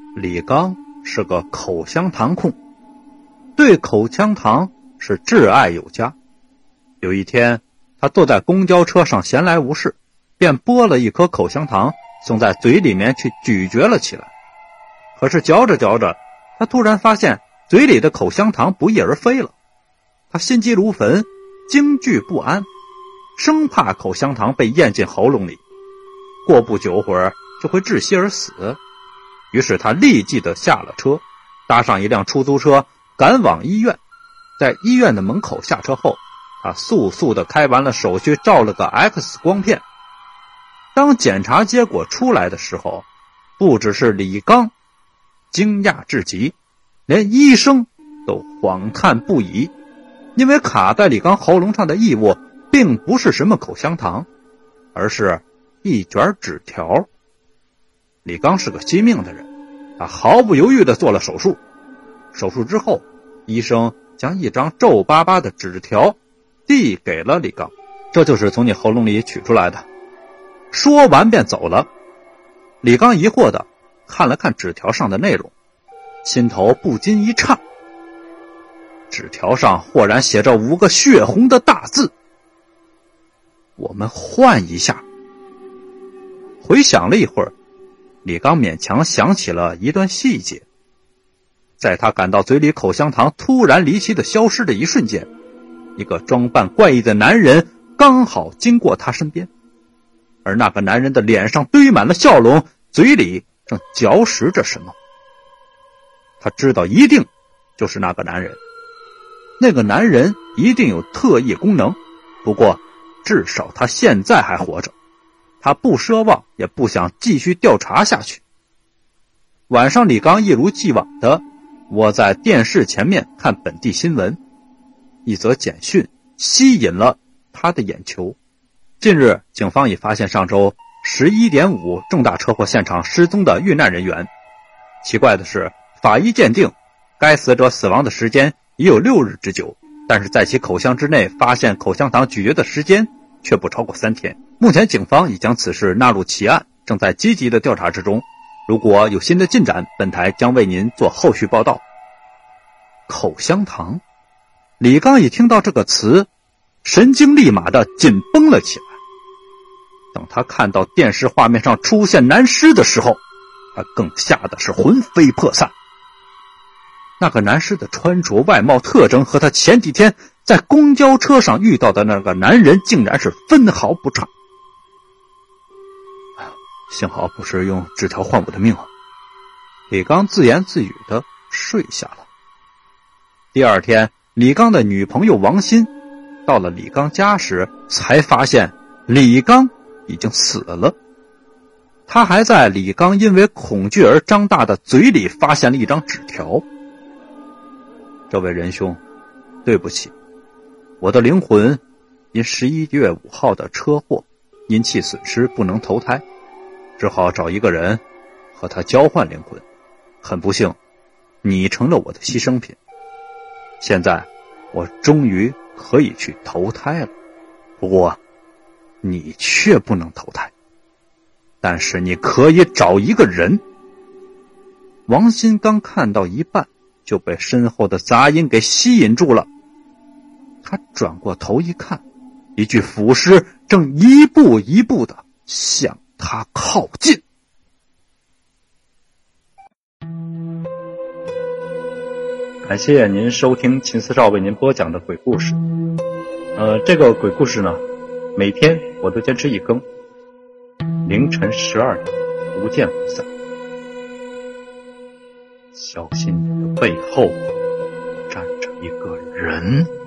李刚是个口香糖控，对口香糖是挚爱有加。有一天，他坐在公交车上闲来无事，便剥了一颗口香糖送在嘴里面去咀嚼了起来。可是嚼着嚼着，他突然发现嘴里的口香糖不翼而飞了。他心急如焚，惊惧不安，生怕口香糖被咽进喉咙里，过不久会儿就会窒息而死。于是他立即地下了车，搭上一辆出租车赶往医院。在医院的门口下车后，他速速地开完了手续，照了个 X 光片。当检查结果出来的时候，不只是李刚惊讶至极，连医生都恍叹不已。因为卡在李刚喉咙上的异物并不是什么口香糖，而是一卷纸条。李刚是个惜命的人，他毫不犹豫地做了手术。手术之后，医生将一张皱巴巴的纸条递给了李刚，这就是从你喉咙里取出来的。说完便走了。李刚疑惑地看了看纸条上的内容，心头不禁一颤。纸条上豁然写着5个血红的大字：我们换一下。回想了一会儿，李刚勉强想起了一段细节。在他感到嘴里口香糖突然离奇的消失的一瞬间，一个装扮怪异的男人刚好经过他身边，而那个男人的脸上堆满了笑容，嘴里正嚼食着什么。他知道一定就是那个男人，那个男人一定有特异功能，不过至少他现在还活着。他不奢望也不想继续调查下去。晚上李刚一如既往的窝在电视前面看本地新闻，一则简讯吸引了他的眼球。近日，警方已发现上周11点5重大车祸现场失踪的遇难人员。奇怪的是，法医鉴定该死者死亡的时间已有6日之久，但是在其口腔之内发现口香糖咀嚼的时间却不超过3天。目前警方已将此事纳入其案，正在积极的调查之中。如果有新的进展，本台将为您做后续报道。口香糖，李刚一听到这个词，神经立马的紧绷了起来。等他看到电视画面上出现男尸的时候，他更吓得是魂飞魄散。那个男尸的穿着、外貌特征和他前几天在公交车上遇到的那个男人竟然是分毫不差。幸好不是用纸条换我的命啊！李刚自言自语的睡下了。第二天，李刚的女朋友王鑫到了李刚家时，才发现李刚已经死了。他还在李刚因为恐惧而张大的嘴里发现了一张纸条。这位仁兄，对不起，我的灵魂因11月5号的车祸阴气损失不能投胎，只好找一个人和他交换灵魂。很不幸，你成了我的牺牲品。现在我终于可以去投胎了，不过你却不能投胎，但是你可以找一个人。王鑫刚看到一半，就被身后的杂音给吸引住了。他转过头一看，一具腐尸正一步一步的向他靠近。感谢您收听秦四少为您播讲的鬼故事。这个鬼故事呢，每天我都坚持1更，凌晨12点不见不散。小心你的背后站着一个人。